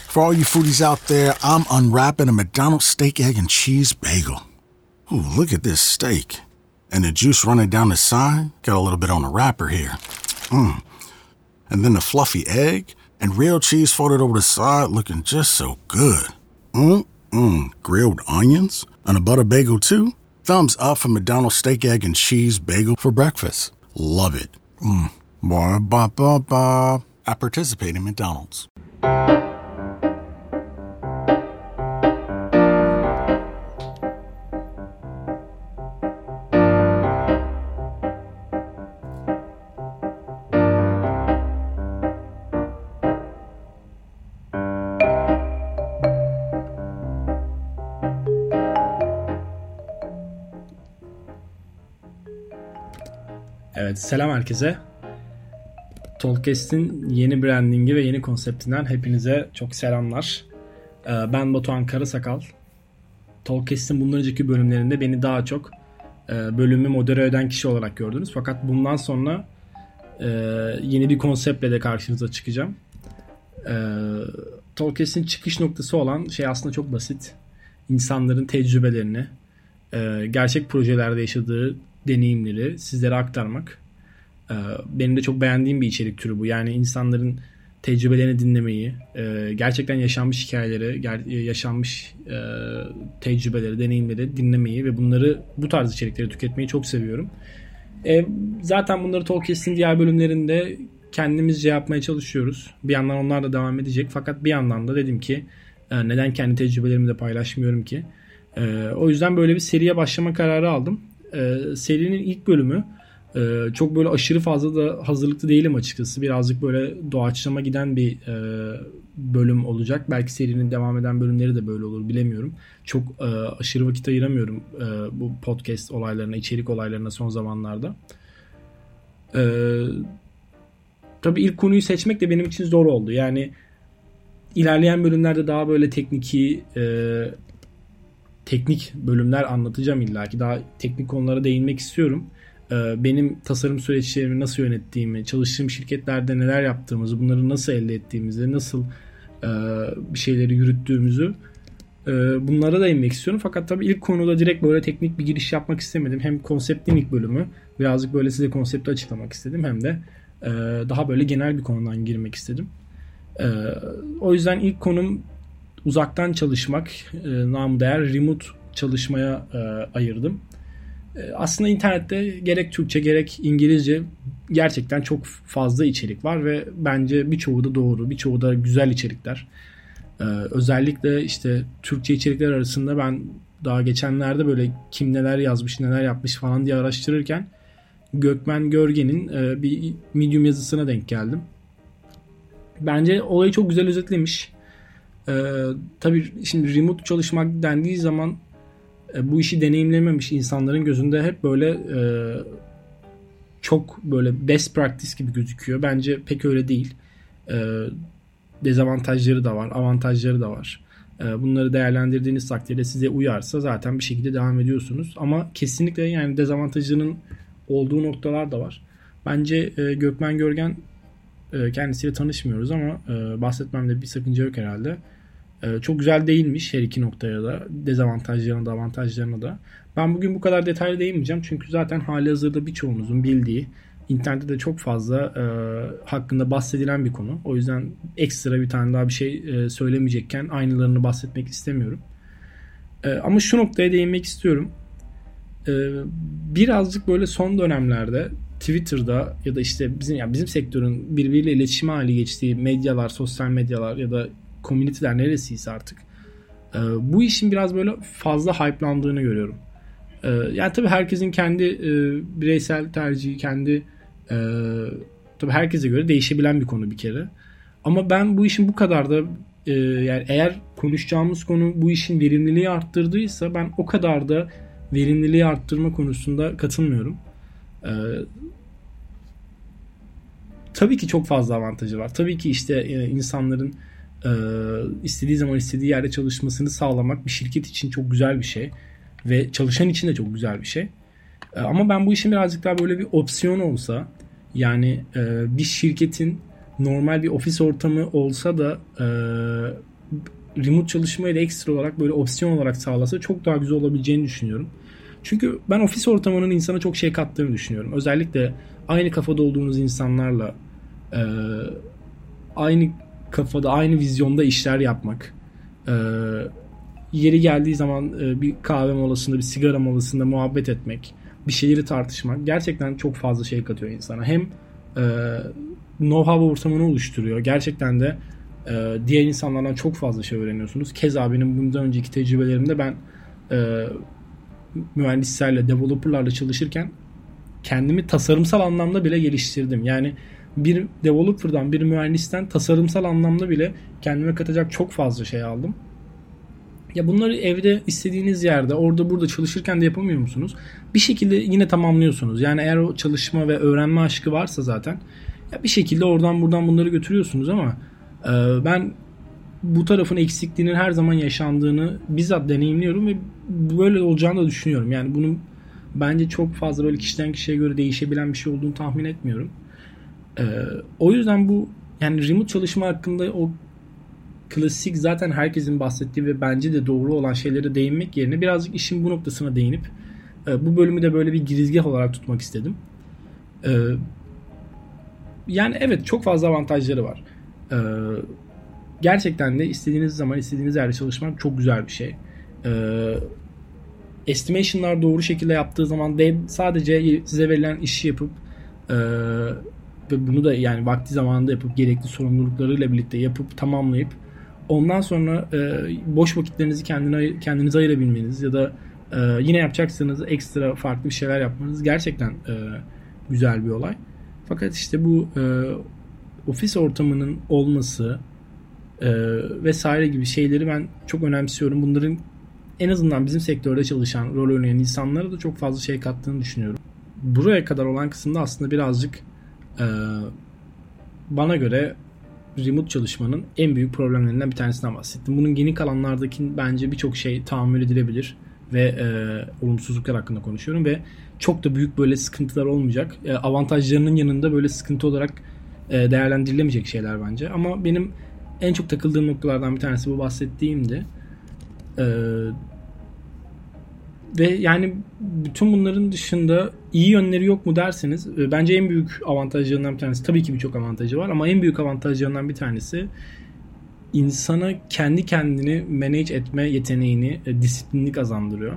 For all you foodies out there, I'm unwrapping a McDonald's steak, egg, and cheese bagel. Ooh, look at this steak. And the juice running down the side. Got a little bit on the wrapper here. And then the fluffy egg and real cheese folded over the side looking just so good. Grilled onions and a butter bagel too. Thumbs up for McDonald's steak, egg, and cheese bagel for breakfast. Love it. I participate in McDonald's. Evet, selam herkese. Talkcast'in yeni brandingi ve yeni konseptinden hepinize çok selamlar. Ben Batuhan Karasakal. Talkcast'in bundan önceki bölümlerinde beni daha çok bölümü modere eden kişi olarak gördünüz. Fakat bundan sonra yeni bir konseptle de karşınıza çıkacağım. Talkcast'in çıkış noktası olan şey aslında çok basit. İnsanların tecrübelerini, gerçek projelerde yaşadığı deneyimleri sizlere aktarmak. Benim de çok beğendiğim bir içerik türü bu. Yani insanların tecrübelerini dinlemeyi, gerçekten yaşanmış hikayeleri, yaşanmış tecrübeleri, deneyimleri dinlemeyi ve bunları, bu tarz içerikleri tüketmeyi çok seviyorum. Zaten bunları Talkcast'in diğer bölümlerinde kendimizce yapmaya çalışıyoruz. Bir yandan onlar da devam edecek. Fakat bir yandan da dedim ki neden kendi tecrübelerimi de paylaşmıyorum ki? O yüzden böyle bir seriye başlama kararı aldım. Serinin ilk bölümü çok böyle aşırı fazla da hazırlıklı değilim açıkçası. Birazcık böyle doğaçlama giden bir bölüm olacak. Belki serinin devam eden bölümleri de böyle olur, bilemiyorum. Çok aşırı vakit ayıramıyorum bu podcast olaylarına, içerik olaylarına son zamanlarda. Tabii ilk konuyu seçmek de benim için zor oldu. Yani ilerleyen bölümlerde daha böyle teknik bölümler anlatacağım illaki. Daha teknik konulara değinmek istiyorum. Benim tasarım süreçlerimi nasıl yönettiğimi, çalıştığım şirketlerde neler yaptığımızı, bunları nasıl elde ettiğimizi, nasıl bir şeyleri yürüttüğümüzü, bunlara değinmek istiyorum. Fakat tabii ilk konuda direkt böyle teknik bir giriş yapmak istemedim. Hem konseptin ilk bölümü, birazcık böyle size konsepti açıklamak istedim. Hem de daha böyle genel bir konudan girmek istedim. O yüzden ilk konum uzaktan çalışmak, namı değer remote çalışmaya ayırdım. Aslında internette gerek Türkçe gerek İngilizce gerçekten çok fazla içerik var ve bence birçoğu da doğru, birçoğu da güzel içerikler. Özellikle işte Türkçe içerikler arasında ben daha geçenlerde böyle kim neler yazmış, neler yapmış falan diye araştırırken Gökmen Görgen'in bir Medium yazısına denk geldim. Bence olayı çok güzel özetlemiş. Tabii şimdi remote çalışmak dendiği zaman bu işi deneyimlememiş insanların gözünde hep böyle çok böyle best practice gibi gözüküyor. Bence pek öyle değil. Dezavantajları da var, avantajları da var. Bunları değerlendirdiğiniz takdirde size uyarsa zaten bir şekilde devam ediyorsunuz. Ama kesinlikle yani dezavantajının olduğu noktalar da var. Bence Gökmen Görgen, kendisiyle tanışmıyoruz ama bahsetmemde bir sakınca yok herhalde. Çok güzel değinmiş her iki noktaya da, dezavantajlarına da avantajlarına da. Ben bugün bu kadar detaylı değinmeyeceğim çünkü zaten halihazırda birçoğunuzun bildiği, internette de çok fazla hakkında bahsedilen bir konu. O yüzden ekstra bir tane daha bir şey söylemeyecekken aynılarını bahsetmek istemiyorum. Ama şu noktaya değinmek istiyorum. Birazcık böyle son dönemlerde Twitter'da ya da işte bizim sektörün birbiriyle iletişim hali geçtiği medyalar, sosyal medyalar ya da community'ler neresiyse artık bu işin biraz böyle fazla hype'landığını görüyorum. Yani tabii herkesin kendi bireysel tercihi, kendi tabii herkese göre değişebilen bir konu bir kere. Ama ben bu işin bu kadar da yani eğer konuşacağımız konu bu işin verimliliği arttırdıysa ben o kadar da verimliliği arttırma konusunda katılmıyorum. Tabii ki çok fazla avantajı var. Tabii ki işte insanların istediği zaman istediği yerde çalışmasını sağlamak bir şirket için çok güzel bir şey. Ve çalışan için de çok güzel bir şey. Ama ben bu işin birazcık daha böyle bir opsiyon olsa, yani bir şirketin normal bir ofis ortamı olsa da remote çalışmayı da ekstra olarak böyle opsiyon olarak sağlasa çok daha güzel olabileceğini düşünüyorum. Çünkü ben ofis ortamının insana çok şey kattığını düşünüyorum. Özellikle aynı kafada olduğunuz insanlarla aynı kafada, aynı vizyonda işler yapmak. Yeri geldiği zaman bir kahve molasında, bir sigara molasında muhabbet etmek, bir şeyleri tartışmak gerçekten çok fazla şey katıyor insana. Hem know-how ortamını oluşturuyor. Gerçekten de diğer insanlardan çok fazla şey öğreniyorsunuz. Keza benim bundan önceki tecrübelerimde ben mühendislerle, developerlarla çalışırken kendimi tasarımsal anlamda bile geliştirdim. Yani bir developer'dan, bir mühendisten tasarımsal anlamda bile kendime katacak çok fazla şey aldım. Ya bunları evde istediğiniz yerde, orada burada çalışırken de yapamıyor musunuz? Bir şekilde yine tamamlıyorsunuz. Yani eğer o çalışma ve öğrenme aşkı varsa zaten ya bir şekilde oradan buradan bunları götürüyorsunuz ama ben bu tarafın eksikliğinin her zaman yaşandığını bizzat deneyimliyorum ve böyle olacağını da düşünüyorum. Yani bunun bence çok fazla böyle kişiden kişiye göre değişebilen bir şey olduğunu tahmin etmiyorum. O yüzden bu yani remote çalışma hakkında o klasik zaten herkesin bahsettiği ve bence de doğru olan şeylere değinmek yerine birazcık işin bu noktasına değinip bu bölümü de böyle bir girizgah olarak tutmak istedim. Yani evet çok fazla avantajları var. Gerçekten de istediğiniz zaman istediğiniz yerde çalışmak çok güzel bir şey. Estimation'lar doğru şekilde yaptığı zaman sadece size verilen işi yapıp ve bunu da yani vakti zamanında yapıp gerekli sorumluluklarıyla birlikte yapıp tamamlayıp ondan sonra boş vakitlerinizi kendinize ayırabilmeniz ya da yine yapacaksanız ekstra farklı bir şeyler yapmanız gerçekten güzel bir olay. Fakat işte bu ofis ortamının olması vesaire gibi şeyleri ben çok önemsiyorum. Bunların en azından bizim sektörde çalışan, rol oynayan insanlara da çok fazla şey kattığını düşünüyorum. Buraya kadar olan kısımda aslında birazcık bana göre remote çalışmanın en büyük problemlerinden bir tanesinden bahsettim. Bunun geri kalanlardaki bence birçok şey tahammül edilebilir ve olumsuzluklar hakkında konuşuyorum ve çok da büyük böyle sıkıntılar olmayacak. Avantajlarının yanında böyle sıkıntı olarak değerlendirilemeyecek şeyler bence. Ama benim en çok takıldığım noktalardan bir tanesi bu bahsettiğimdi. Ve yani bütün bunların dışında iyi yönleri yok mu derseniz bence en büyük avantajlarından bir tanesi, tabii ki birçok avantajı var ama en büyük avantajlarından bir tanesi insana kendi kendini manage etme yeteneğini, disiplinini kazandırıyor.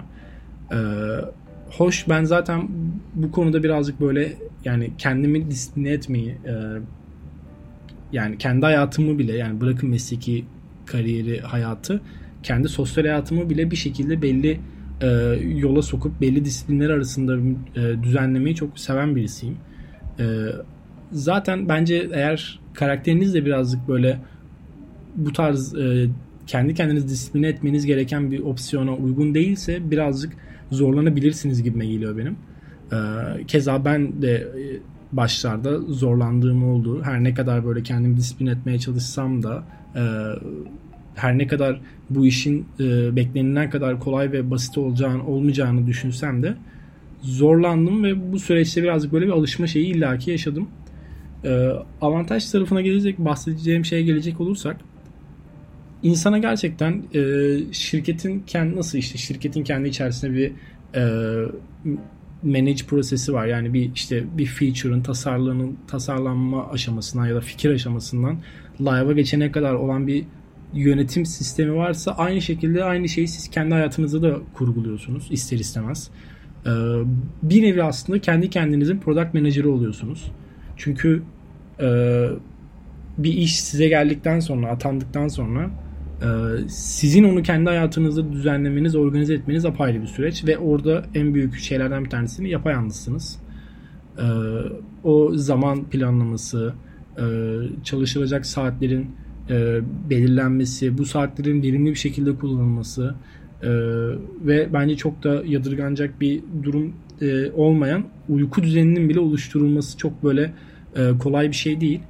Hoş ben zaten bu konuda birazcık böyle yani kendimi disipline etmeyi yani kendi hayatımı bile yani bırakın mesleki kariyeri hayatı kendi sosyal hayatımı bile bir şekilde belli yola sokup belli disiplinler arasında düzenlemeyi çok seven birisiyim. Zaten bence eğer karakteriniz de birazcık böyle bu tarz kendi kendinizi disipline etmeniz gereken bir opsiyona uygun değilse birazcık zorlanabilirsiniz gibime geliyor benim. Keza ben de başlarda zorlandığım oldu. Her ne kadar böyle kendimi disiplin etmeye çalışsam da her ne kadar bu işin beklenilen kadar kolay ve basit olmayacağını düşünsem de zorlandım ve bu süreçte birazcık böyle bir alışma şeyi illaki yaşadım. Avantaj tarafına bahsedeceğim şeye gelecek olursak insana gerçekten şirketin kendi içerisinde bir manage prosesi var. Yani bir feature'ın tasarlanma aşamasından ya da fikir aşamasından live'a geçene kadar olan bir yönetim sistemi varsa aynı şekilde aynı şeyi siz kendi hayatınızda da kurguluyorsunuz ister istemez. Bir nevi aslında kendi kendinizin product manager'ı oluyorsunuz. Çünkü bir iş size geldikten sonra, atandıktan sonra sizin onu kendi hayatınızda düzenlemeniz, organize etmeniz apayrı bir süreç ve orada en büyük şeylerden bir tanesini yapayalnızsınız. O zaman planlaması, çalışılacak saatlerin belirlenmesi, bu saatlerin verimli bir şekilde kullanılması ve bence çok da yadırganacak bir durum olmayan uyku düzeninin bile oluşturulması çok böyle kolay bir şey değil.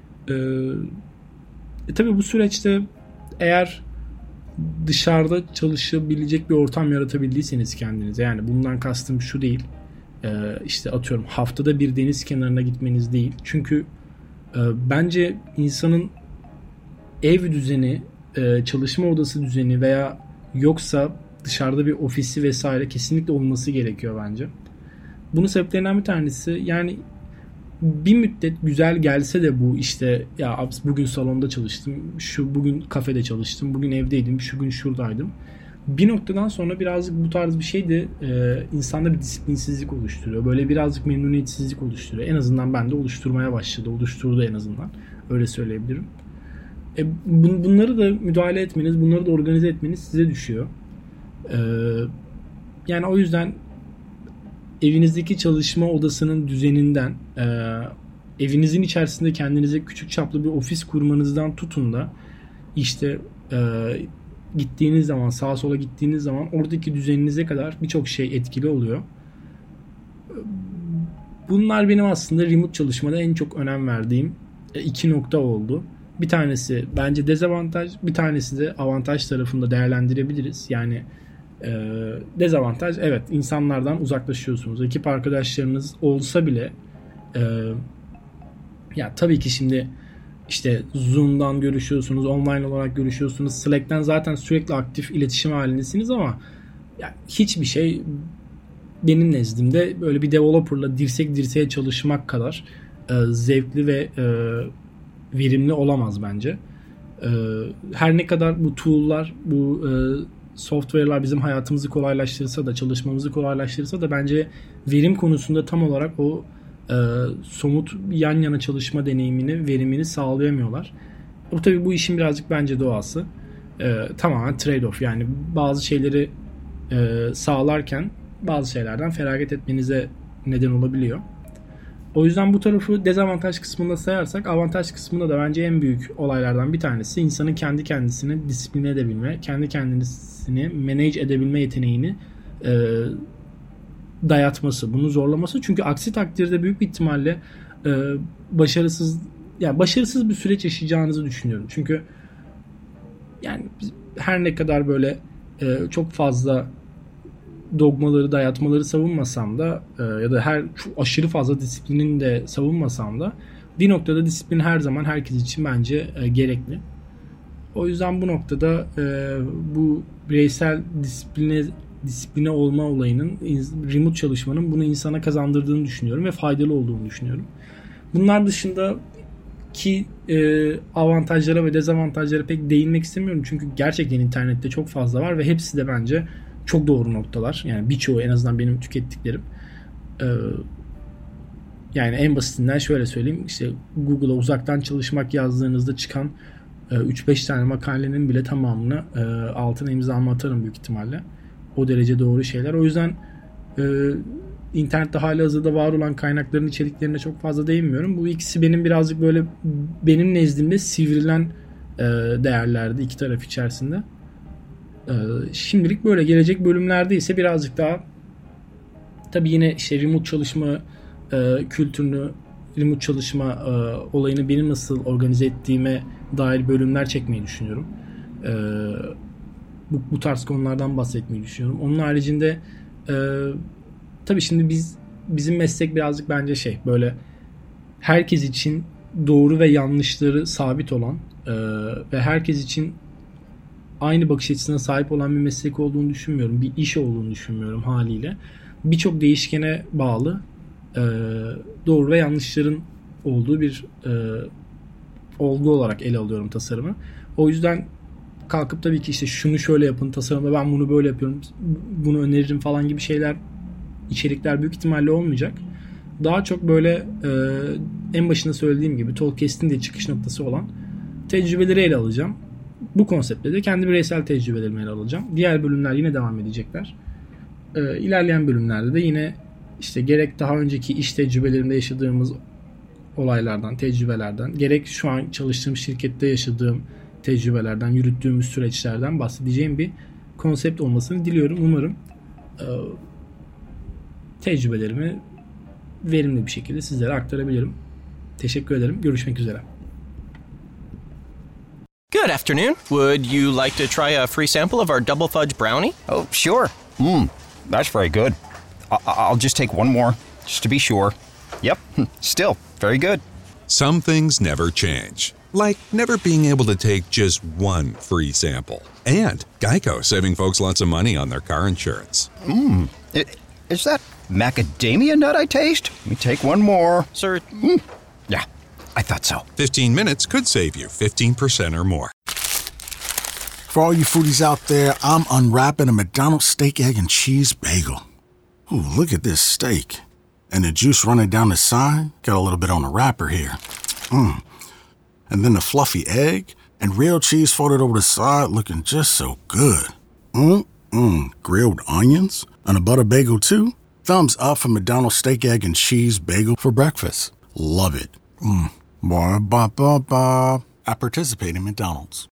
Tabii bu süreçte eğer dışarıda çalışabilecek bir ortam yaratabildiyseniz kendinize, yani bundan kastım şu değil, işte atıyorum haftada bir deniz kenarına gitmeniz değil. Çünkü bence insanın ev düzeni çalışma odası düzeni veya yoksa dışarıda bir ofisi vesaire kesinlikle olması gerekiyor bence. Bunun sebeplerinden bir tanesi, yani bir müddet güzel gelse de bu işte ya bugün salonda çalıştım, bugün kafede çalıştım, bugün evdeydim, şu gün şuradaydım. Bir noktadan sonra birazcık bu tarz bir şey de insanda bir disiplinsizlik oluşturuyor. Böyle birazcık memnuniyetsizlik oluşturuyor. En azından bende oluşturmaya başladı. Oluşturdu en azından. Öyle söyleyebilirim. Bunları da müdahale etmeniz, bunları da organize etmeniz size düşüyor. Yani o yüzden evinizdeki çalışma odasının düzeninden, evinizin içerisinde kendinize küçük çaplı bir ofis kurmanızdan tutun da işte gittiğiniz zaman, sağa sola gittiğiniz zaman oradaki düzeninize kadar birçok şey etkili oluyor. Bunlar benim aslında remote çalışmada en çok önem verdiğim iki nokta oldu. Bir tanesi bence dezavantaj, bir tanesi de avantaj tarafında değerlendirebiliriz. Yani dezavantaj, evet, insanlardan uzaklaşıyorsunuz. Ekip arkadaşlarınız olsa bile ya tabii ki şimdi işte Zoom'dan görüşüyorsunuz, online olarak görüşüyorsunuz, Slack'ten zaten sürekli aktif iletişim halindesiniz ama yani hiçbir şey benim nezdimde böyle bir developer'la dirsek dirseğe çalışmak kadar zevkli ve verimli olamaz bence. Her ne kadar bu tool'lar, bu software'lar bizim hayatımızı kolaylaştırırsa da, çalışmamızı kolaylaştırırsa da bence verim konusunda tam olarak o somut yan yana çalışma deneyimini, verimini sağlayamıyorlar. Tabii bu işin birazcık bence doğası. Tamamen trade-off. Yani bazı şeyleri sağlarken bazı şeylerden feragat etmenize neden olabiliyor. O yüzden bu tarafı dezavantaj kısmında sayarsak, avantaj kısmında da bence en büyük olaylardan bir tanesi insanın kendi kendisini disipline edebilme, kendi kendisini manage edebilme yeteneğini dayatması, bunu zorlaması. Çünkü aksi takdirde büyük bir ihtimalle başarısız bir süreç yaşayacağınızı düşünüyorum. Çünkü yani her ne kadar böyle çok fazla dogmaları, dayatmaları savunmasam da ya da aşırı fazla disiplinin de savunmasam da bir noktada disiplin her zaman herkes için bence gerekli. O yüzden bu noktada bu bireysel disipline olma olayının, remote çalışmanın bunu insana kazandırdığını düşünüyorum ve faydalı olduğunu düşünüyorum. Bunlar dışında ki avantajlara ve dezavantajlara pek değinmek istemiyorum. Çünkü gerçekten internette çok fazla var ve hepsi de bence çok doğru noktalar. Yani birçoğu, en azından benim tükettiklerim. Yani en basitinden şöyle söyleyeyim. İşte Google'a uzaktan çalışmak yazdığınızda çıkan 3-5 tane makalenin bile tamamını altına imzamı atarım büyük ihtimalle. O derece doğru şeyler. O yüzden internette halihazırda var olan kaynakların içeriklerine çok fazla değinmiyorum. Bu ikisi benim birazcık böyle benim nezdimde sivrilen değerlerdi iki taraf içerisinde. Şimdilik böyle. Gelecek bölümlerde ise birazcık daha tabii yine işte remote çalışma kültürünü, remote çalışma olayını benim nasıl organize ettiğime dair bölümler çekmeyi düşünüyorum. Bu tarz konulardan bahsetmeyi düşünüyorum. Onun haricinde tabii şimdi bizim meslek birazcık bence böyle herkes için doğru ve yanlışları sabit olan ve herkes için aynı bakış açısına sahip olan bir meslek olduğunu düşünmüyorum. Bir iş olduğunu düşünmüyorum haliyle. Birçok değişkene bağlı doğru ve yanlışların olduğu bir olgu olarak ele alıyorum tasarımı. O yüzden kalkıp tabii ki işte şunu şöyle yapın tasarımda, ben bunu böyle yapıyorum, bunu öneririm falan gibi şeyler, içerikler büyük ihtimalle olmayacak. Daha çok böyle en başında söylediğim gibi Talkcast'in de çıkış noktası olan tecrübeleri ele alacağım. Bu konseptle de kendi bireysel tecrübelerimi ele alacağım. Diğer bölümler yine devam edecekler. İlerleyen bölümlerde de yine işte gerek daha önceki iş tecrübelerimde yaşadığımız olaylardan, tecrübelerden, gerek şu an çalıştığım şirkette yaşadığım tecrübelerden, yürüttüğümüz süreçlerden bahsedeceğim bir konsept olmasını diliyorum. Umarım tecrübelerimi verimli bir şekilde sizlere aktarabilirim. Teşekkür ederim. Görüşmek üzere. Good afternoon. Would you like to try a free sample of our double fudge brownie? Oh, sure. That's very good. I'll just take one more, just to be sure. Yep, still very good. Some things never change, Like never being able to take just one free sample. And Geico saving folks lots of money on their car insurance. Is that macadamia nut I taste? Let me take one more. Sir, Yeah, I thought so. 15 minutes could save you 15% or more. For all you foodies out there, I'm unwrapping a McDonald's steak, egg, and cheese bagel. Ooh, look at this steak. And the juice running down the side. Got a little bit on the wrapper here. And then the fluffy egg and real cheese folded over the side looking just so good. Grilled onions and a butter bagel too. Thumbs up for McDonald's steak, egg, and cheese bagel for breakfast. Love it. Ba ba ba ba. I participate in McDonald's.